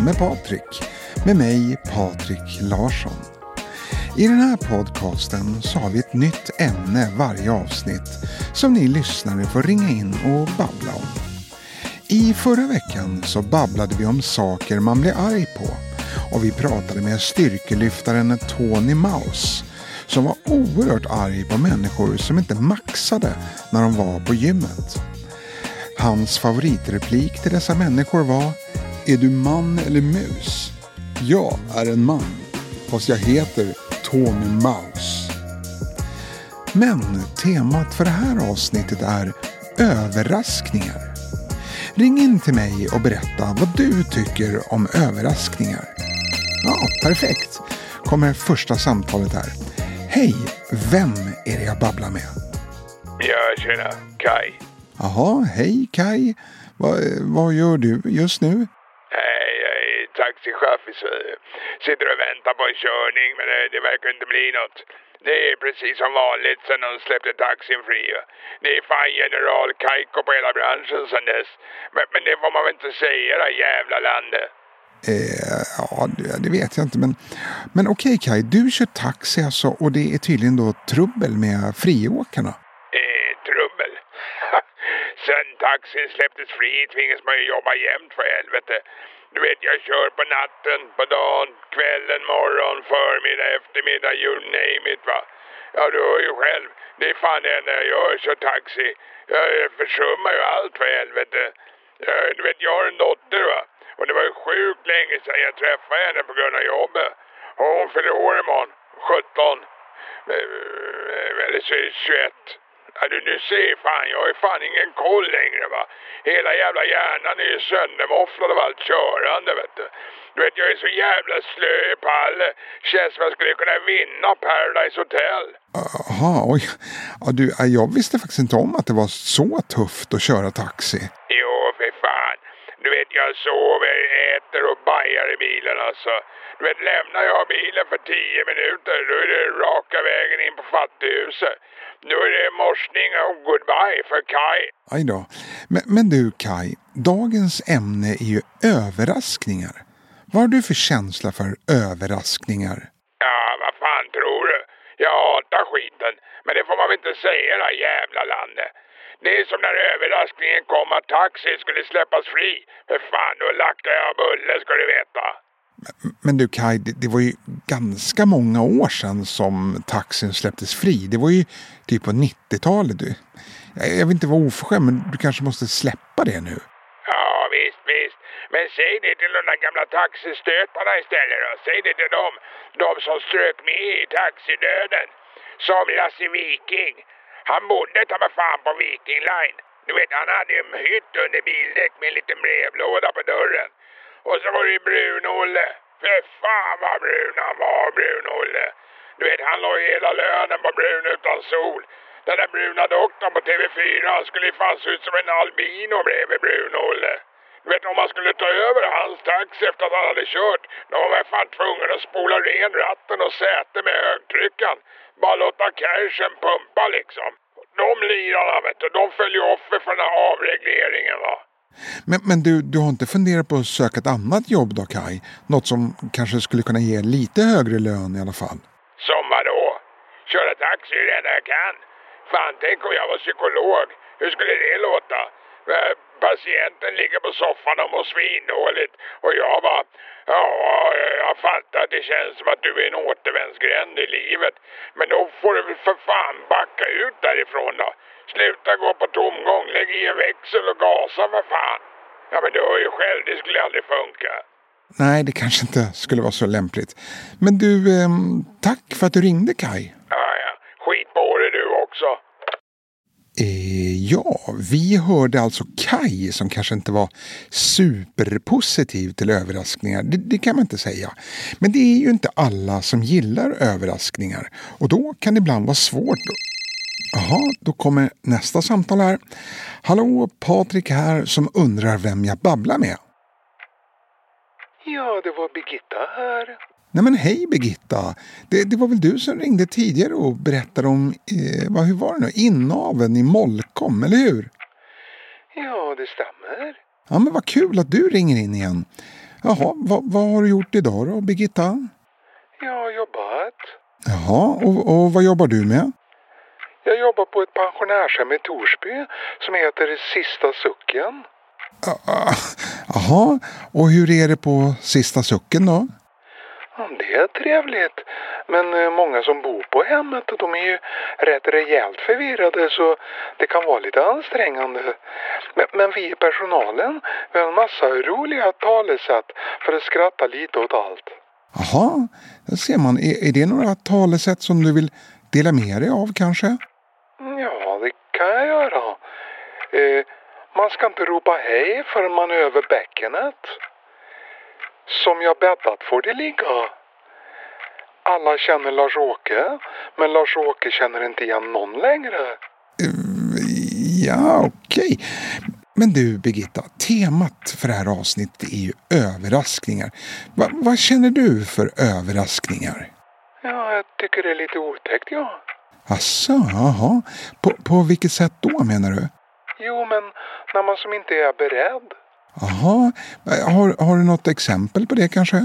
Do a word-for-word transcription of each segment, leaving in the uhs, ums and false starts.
med Patrik. Med mig, Patrik Larsson. I den här podcasten så har vi ett nytt ämne varje avsnitt som ni lyssnare får ringa in och babbla om. I förra veckan så babblade vi om saker man blir arg på. Och vi pratade med styrkelyftaren Tony Maus som var oerhört arg på människor som inte maxade när de var på gymmet. Hans favoritreplik till dessa människor var: är du man eller mus? Jag är en man, fast jag heter Tony Maus. Men temat för det här avsnittet är överraskningar. Ring in till mig och berätta vad du tycker om överraskningar. Ja, perfekt. Kommer första samtalet här. Hej, vem är det jag babblar med? Ja, tjena, Kai. Jaha, hej Kai. Vad, vad gör du just nu? Hej, jag är taxichaufför. Sitter och väntar på en körning, men det, det verkar inte bli något. Det är precis som vanligt sen de släppte taxin fri. Det är fan general Kaiko på hela branschen sen dess. Men, men det får man väl inte säga, det jävla landet. Eh, ja, det, det vet jag inte. Men, men okej Kai, du kör taxi alltså, och det är tydligen då trubbel med friåkarna. Eh, trubbel? Sen taxin släpptes fri tvingas man ju jobba jämt för helvete. Du vet, jag kör på natten, på dagen, kvällen, morgon, förmiddag, eftermiddag, you name it, va. Ja, du hör ju själv. Det är fan det när jag gör, kör taxi. Jag försummar ju allt för helvete. Jag, du vet, jag har en dotter, va. Och det var ju sjukt länge sedan jag träffade henne på grund av jobbet. Och hon fyller år imorgon, sjutton. Eller så är det tjugoett. Ja, du, du ser fan, jag har fan ingen koll längre, va. Hela jävla hjärnan är ju söndermofflad av allt körande, vet du. Du vet, jag är så jävla slö i palle. Känns som jag skulle kunna vinna Paradise Hotel. Jaha, oj. Ja, du, jag visste faktiskt inte om att det var så tufft att köra taxi. Jo, för fan. Du vet, jag sover, äter och bajar i bilen, alltså. Du vet, lämnar jag bilen för tio minuter, då är det raka vägen in på fattighuset. Nu är det morsning och goodbye för Kai. Aj då. Men, men du Kai, dagens ämne är ju överraskningar. Vad har du för känsla för överraskningar? Ja, vad fan tror du? Jag hatar skiten. Men det får man väl inte säga, det jävla landet. Det är som när överraskningen kom att taxi skulle släppas fri. För fan, då lackar jag bulle, ska du veta. Men du Kai, det, det var ju ganska många år sedan som taxin släpptes fri. Det var ju typ på nittiotalet du. Jag, jag vill inte vara oförskämd, men du kanske måste släppa det nu. Ja, visst, visst. Men säg det till de där gamla taxistötarna istället då. Säg det till dem. De som strök med i taxidöden. Som Lasse Viking. Han bodde ta med fan på Viking Line. Du vet, han hade en hytt under bildäck med en liten brevlåda på dörren. Och så var det Brun-Olle. För fan vad brun han var, Brun-Olle. Du vet, han la hela lönen på Brun utan sol. Den där bruna doktorn på T V fyra, han skulle ju fan se ut som en albino bredvid Brun-Olle. Du vet, om man skulle ta över hans taxi efter att han hade kört, då var man fan tvungen att spola ren ratten och säte med högtryckan. Bara låta cashen pumpa liksom. De lirarna, vet du, de följer offer för den här avregleringen, va. Men, men du, du har inte funderat på att söka ett annat jobb då, Kai? Något som kanske skulle kunna ge lite högre lön i alla fall. Som vadå? Köra taxi är det enda jag kan. Fan, tänk om jag var psykolog. Hur skulle det låta? Patienten ligger på soffan och mår svindåligt. Och jag bara, ja, jag fattar att det känns som att du är en återvändsgränd i livet. Men då får du väl för fan backa ut därifrån då. Sluta gå på tomgång, lägg i en växel och gasa för fan. Ja, men du hör ju själv, det skulle aldrig funka. Nej, det kanske inte skulle vara så lämpligt. Men du, eh, tack för att du ringde, Kai. Ja, ja. Skit på det du också. Eh, ja, vi hörde alltså Kai som kanske inte var superpositiv till överraskningar. Det, det kan man inte säga. Men det är ju inte alla som gillar överraskningar. Och då kan det ibland vara svårt. Jaha, då kommer nästa samtal här. Hallå, Patrik här som undrar vem jag babblar med. Ja, det var Birgitta här. Nej men hej Birgitta, det, det var väl du som ringde tidigare och berättade om, eh, vad, hur var det nu, inaveln i Molkom, eller hur? Ja, det stämmer. Ja men vad kul att du ringer in igen. Jaha, vad, vad har du gjort idag då, Birgitta? Jag har jobbat. Jaha, och, och vad jobbar du med? Jag jobbar på ett pensionärshem i Torsby som heter Sista Sucken. Jaha, och hur är det på Sista Sucken då? Ja, det är trevligt. Men eh, många som bor på hemmet, de är ju rätt rejält förvirrade så det kan vara lite ansträngande. Men, men vi i personalen, vi har en massa roliga talesätt för att skratta lite åt allt. Jaha, där ser man. Är, är det några talesätt som du vill dela med dig av kanske? Ja, det kan jag göra. Eh, man ska inte ropa hej förrän man är över bäckenet. Som jag bäddat får det ligga. Alla känner Lars-Åke, men Lars-Åke känner inte igen någon längre. Uh, ja, okej. Okay. Men du, Birgitta, temat för det här avsnittet är ju överraskningar. Va, vad känner du för överraskningar? Ja, jag tycker det är lite otäckt, ja. Asså, jaha. På, på vilket sätt då, menar du? Jo, men när man som inte är beredd. Jaha, har, har du något exempel på det kanske?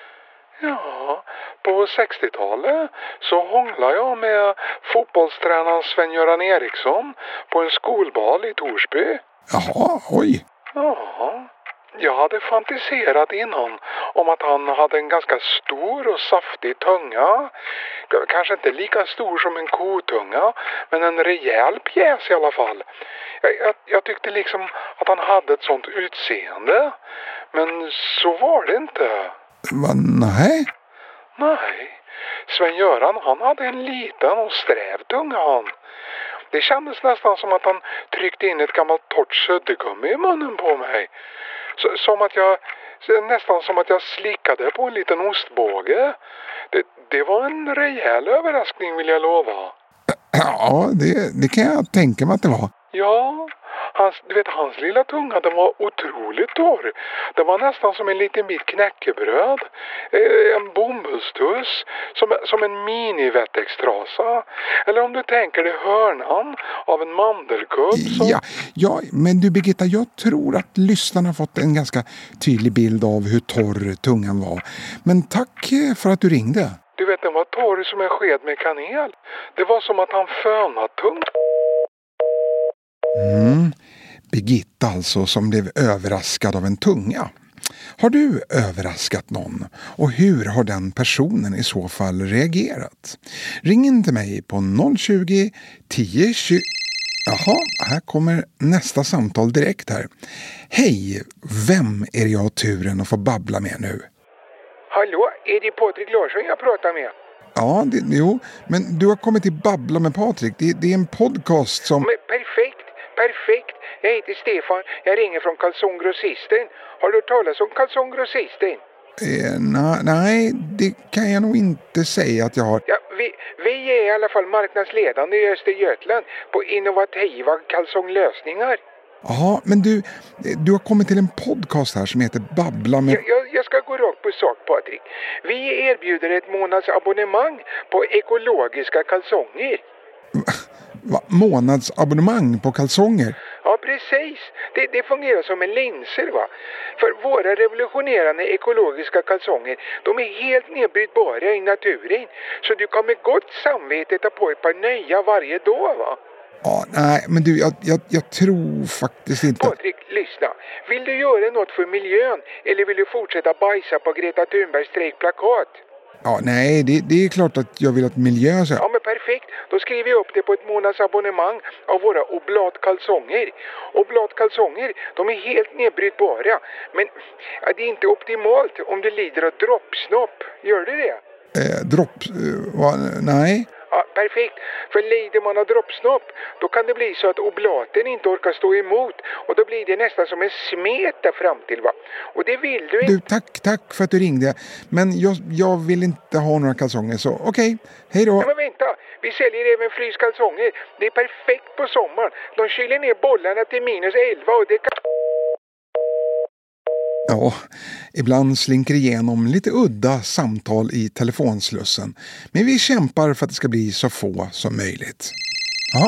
Ja, på sextiotalet så hånglade jag med fotbollstränaren Sven-Göran Eriksson på en skolbal i Torsby. Jaha, oj. Ja, jag hade fantiserat innan om att han hade en ganska stor och saftig tunga. Kanske inte lika stor som en kotunga, men en rejäl pjäs i alla fall. Jag, jag, jag tyckte liksom att han hade ett sånt utseende. Men så var det inte. Va, nej? Nej. Sven-Göran, han hade en liten och sträv tunga han. Det kändes nästan som att han tryckte in ett gammalt torrt suddgummi i munnen på mig. Så, som att jag, nästan som att jag slickade på en liten ostbåge. Det, det var en rejäl överraskning, vill jag lova. Ja, det, det kan jag tänka mig att det var. Ja, hans, du vet, hans lilla tunga, den var otroligt torr. Det var nästan som en liten bit knäckebröd. En bomullstuss, som, som en mini-vettextrasa. Eller om du tänker dig hörnan av en mandelkubb. Som... Ja, ja, men du Birgitta, jag tror att lyssnarna har fått en ganska tydlig bild av hur torr tungan var. Men tack för att du ringde. Du vet, den var torr som en sked med kanel. Det var som att han fönat tungt. Mm. Birgitta alltså, som blev överraskad av en tunga. Har du överraskat någon? Och hur har den personen i så fall reagerat? Ring in till mig på noll tjugo, tio tjugo. Jaha, här kommer nästa samtal direkt här. Hej, vem är det jag har turen att få babbla med nu? Hallå, är det Patrik Larsson jag pratar med? Ja, det, jo, men du har kommit till Babbla med Patrik. Det, det är en podcast som... Men perfekt, perfekt. Jag heter Stefan, jag ringer från Kalsonggrossisten. Har du hört talas om Kalsonggrossisten? Eh, na, nej, det kan jag nog inte säga att jag har. Ja, vi, vi är i alla fall marknadsledande i Östergötland på innovativa kalsonglösningar. Ja, men du, du har kommit till en podcast här som heter Babbla med... Jag, jag, jag ska gå rakt på sak, Patrik. Vi erbjuder ett månadsabonnemang på ekologiska kalsonger. Va? Månadsabonnemang på kalsonger? Ja, precis. Det, det fungerar som en linser, va? För våra revolutionerande ekologiska kalsonger, de är helt nedbrytbara i naturen. Så du kan med gott samvete ta på ett par nya varje dag, va? Ja, nej, men du, jag, jag, jag tror faktiskt inte... Patrik, lyssna. Vill du göra något för miljön eller vill du fortsätta bajsa på Greta Thunbergs strejkplakat? Ja, nej, det, det är klart att jag vill att miljön... Så... Ja, men perfekt. Då skriver jag upp det på ett månadsabonnemang av våra oblatkalsonger. Oblatkalsonger, de är helt nedbrytbara. Men ja, det är inte optimalt om du lider av droppsnopp. Gör du det? Eh, dropp... Eh, va, nej... Ja, perfekt. För lider man av droppsnopp, då kan det bli så att oblaten inte orkar stå emot. Och då blir det nästan som en smet där fram till, va? Och det vill du inte. Du, tack, tack för att du ringde. Men jag, jag vill inte ha några kalsonger, så okej, okay, hej då. Ja, men vänta, vi säljer även fryskalsonger. Det är perfekt på sommaren. De kyler ner bollarna till minus elva och det kan... Ja, ibland slinker igenom lite udda samtal i telefonslussen. Men vi kämpar för att det ska bli så få som möjligt. Ja,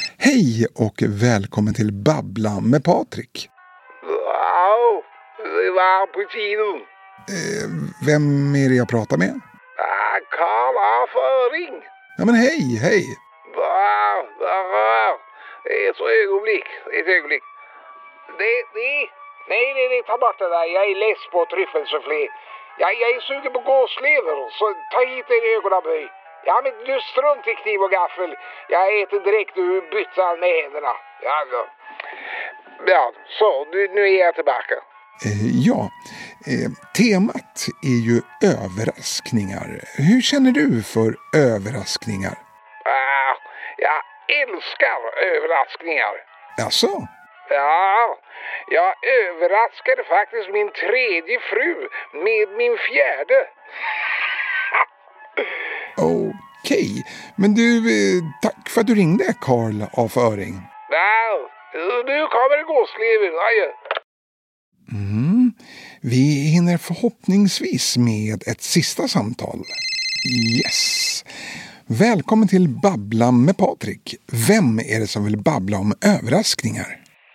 hej och välkommen till Babbla med Patrik. Wow, var på tiden. Eh, vem är det jag pratar med? Ah, Karl af Öring. Ja men hej, hej. Va, va, va. Ett ögonblick, ett ögonblick. Det, det, nej, nej, nej, ta bort det där. Jag är less på tryffelsufflé. Jag, jag är sugen på gåslever, så ta hit en ögonaböj. Ja, men du strunt i kniv och gaffel. Jag äter direkt ur byttan med händerna. Ja, ja. Ja, så, nu, nu är jag tillbaka. Eh, ja, eh, temat är ju överraskningar. Hur känner du för överraskningar? Ah, jag älskar överraskningar. Jaså? Ja, jag överraskade faktiskt min tredje fru med min fjärde. Okej, men du, eh, tack för att du ringde, Karl af Öring. Ja, nu kommer det gåslever. Adjö. Mm. Vi hinner förhoppningsvis med ett sista samtal. Yes. Välkommen till Babbla med Patrik. Vem är det som vill babbla om överraskningar?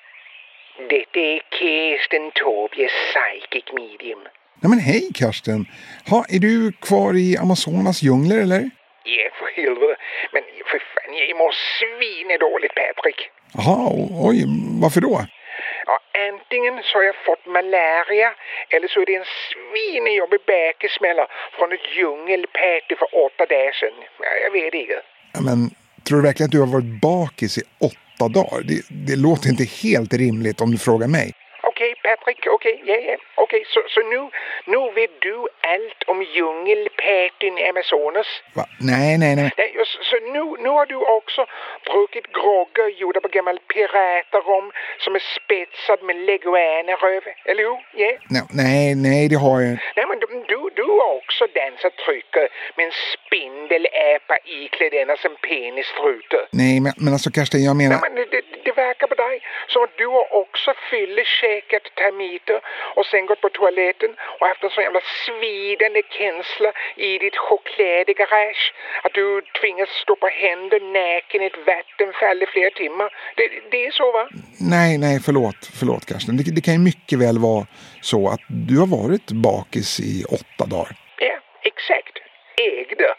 Detta är Kirsten Tobias, psychic medium. Nej men hej Karsten. Ha, är du kvar i Amazonas djungler eller? Ja, för helvete. Men för fan, jag mår svinedåligt, Patrik. Jaha, oj, varför då? Ja, antingen så har jag fått malaria eller så är det en svinejobbig bäkesmälla från ett djungelparty för åtta dagar sedan. Ja, jag vet inte. Ja, men tror du verkligen att du har varit bakis i åtta dagar? Det, det låter inte helt rimligt om du frågar mig. Okej, okay, Patrik, okej, okay, ja, ja. Okej, okay, så, så nu, nu vet du allt om djungelpartyn i Amazonas? Va? Nej, nej, nej. nej så, så nu, nu har du också druckit grogger gjorda på gammal piraterom som är spetsad med leguaneröv, eller hur? Ja? No, nej, nej, det har jag. Nej, men du, du, du har också dansat trycker med en spindeläpa iklädd ena som penisstrute. Nej, men, men alltså Karsten, jag menar... Nej, men det, det verkar på dig som att du har också fyllekäkat termiter och sen gått på toaletten och haft en sån jävla svidande känsla i ditt chokladiga garage att du tvingas stå på händer näken i ett vattenfall i flera timmar. Det, det är så, va? Nej, nej, förlåt, förlåt Karsten. Det, det kan ju mycket väl vara så att du har varit bakis i åtta dagar. Ja, exakt. Ägde.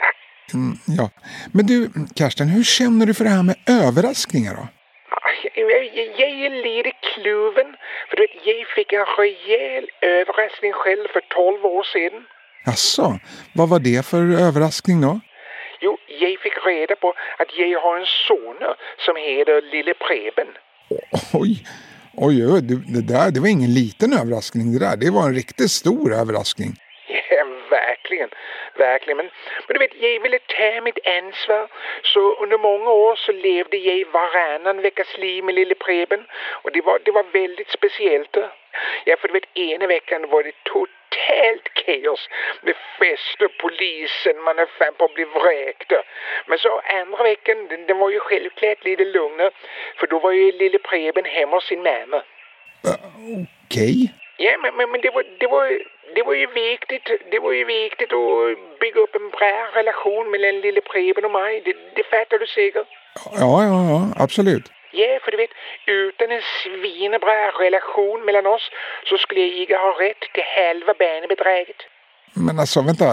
Mm, ja, men du Karsten, hur känner du för det här med överraskningar då? Jag, jag, jag är lite kluven, för du vet, jag fick en rejäl överraskning själv för tolv år sedan. Asså, vad var det för överraskning då? Jo, jag fick reda på att jag har en son som heter Lille Preben. Oj, oj, oj det, det där, det var ingen liten överraskning det där, det var en riktigt stor överraskning. Ja, verkligen, verkligen. Men, men du vet, jag ville ta mitt ansvar. Så under många år så levde jag varannan veckas liv med Lille Preben. Och det var, det var väldigt speciellt. Ja, för du vet, ena veckan var det totalt kaos. Med fester, polisen, man är fan på att bli vräkt. Men så andra veckan, den, den var ju självklart lite lugnare. För då var ju Lille Preben hemma hos sin mamma. Uh, Okej. Okay. Ja, men, men, men det, var, det, var, det var ju viktigt. Det var ju viktigt att bygga upp en bra relation mellan Lille Preben och mig. Det, det fattar du säkert. Ja, ja, ja, absolut. Ja, för du vet, utan en svinebra relation mellan oss så skulle jag inte ha rätt till halva barnbidraget. Men alltså, vänta.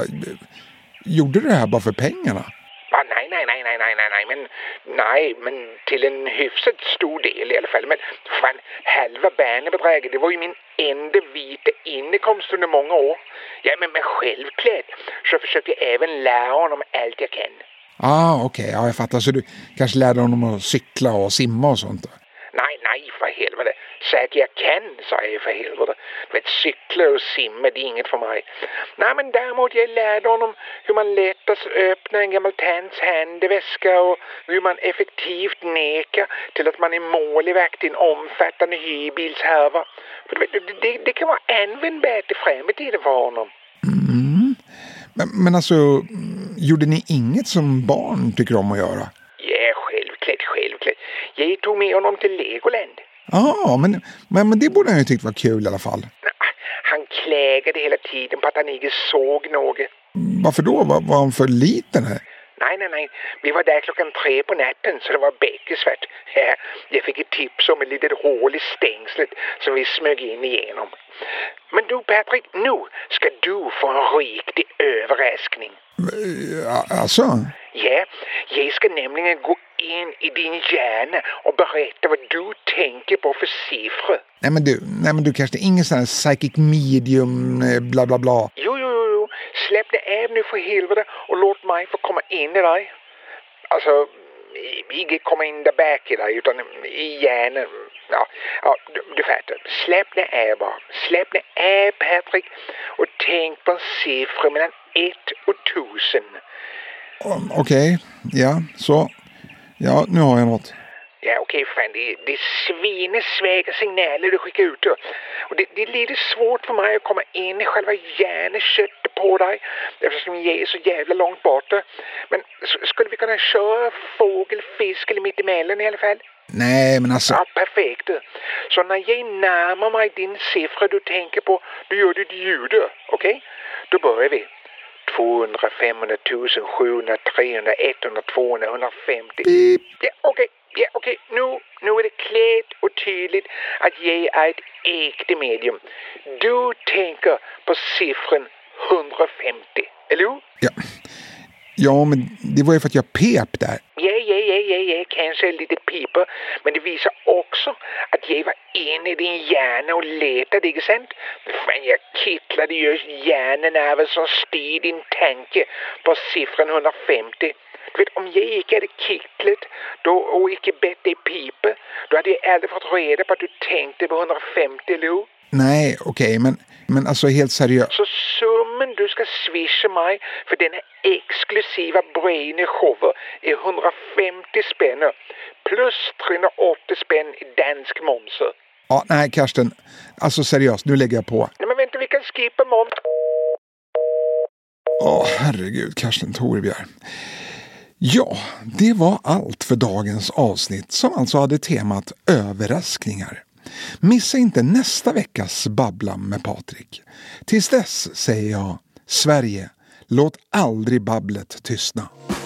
Gjorde du det här bara för pengarna? Ah, nej, nej, nej, nej, nej, nej, nej, men nej, men till en hyfsat stor del i alla fall. Men fan, halva barnbidraget, det var ju min enda vita inkomst under många år. Ja, men, men självklart så försökte jag även lära honom allt jag kan. Ah, okej, okay. Ja, jag fattar. Så du kanske lärde honom att cykla och simma och sånt då? Nej, nej, för helvete. Säkert jag kan, sa jag för helvete. Du vet, cykla och simma, det är inget för mig. Nej, men däremot jag lärde honom hur man lättast öppnar en gammal tants handväska och hur man effektivt nekar till att man är målvakt i en omfattande hyrbilshärva. För du vet, det, det, det kan vara användbart i framtiden för honom. Mm. Men, men alltså, gjorde ni inget som barn tycker om att göra? Ja, självklart, självklart. Jag tog med honom till Legoland. Ja, ah, men, men, men det borde han ju tyckt var kul i alla fall. Han klägade hela tiden på att han inte såg något. Varför då? Var, var han för liten här? Nej, nej, nej. Nej, vi var där klockan tre på natten så det var bäckesvärt. Ja, jag fick ett tips om ett litet hål i stängslet som vi smög in igenom. Men du Patrick, nu ska du få en riktig överraskning. Ja, alltså? Ja, jag ska nämligen gå in i din hjärna och berätta vad du tänker på för siffror. Nej men du, nej men du kanske ingen sån här psychic medium bla bla bla. Jo, jo, jo, släpp det av nu för helvete och låt mig få komma in i dig. Alltså, inte komma in där bak i dig utan i hjärnan. Ja, ja du, du fattar. Släpp det av bara. Släpp det av Patrick och tänk på en siffra mellan ett och tusen. Um, Okej, okay. Ja, så. Ja, nu har jag något. Ja, okej, okay, fan. Det, det är svinesväga signaler du skickar ut. Och det, det är lite svårt för mig att komma in i själva hjärneköttet på dig. Eftersom jag är så jävla långt borta. Men skulle vi kunna köra fågel, fisk eller mittemellan i alla fall? Nej, men alltså... Ja, perfekt. Så när jag närmar mig din siffra du tänker på, du gör ditt ljud, okej? Okay? Då börjar vi. tvåhundra, femhundra, tusen, sjuhundra, trehundra, etthundra, tvåhundra, etthundrafemtio. Beep. Ja, okej. Okay. Ja, okej. Okay. Nu, nu är det klart och tydligt att jag är ett äkta medium. Du tänker på siffran hundrafemtio, eller hur? Ja. Ja, men det var ju för att jag pep där. Ja, ja, ja, ja, ja, kanske lite piper. Men det visar också att jag var inne i din hjärna och letade, inte sant? Fan, jag kittlade just hjärnan av en som styr din tanke på siffran hundrafemtio. Du vet, om jag inte hade kittlat då, och inte bett dig pipa, då hade jag aldrig fått reda på att du tänkte på hundrafemtio, eller hur? Nej, okej, okay, men, men alltså helt seriöst. Så summen du ska swisha mig för denna exklusiva brainy shower är hundrafemtio spänn plus trehundraåttio spänn i dansk moms. Ja, nej Karsten, alltså seriöst, nu lägger jag på. Nej men vänta, vi kan skippa moms. Åh, herregud, Karsten Torebjer. Ja, det var allt för dagens avsnitt som alltså hade temat överraskningar. Missa inte nästa veckas Babbla med Patrik. Tills dess säger jag, Sverige, låt aldrig babblet tystna.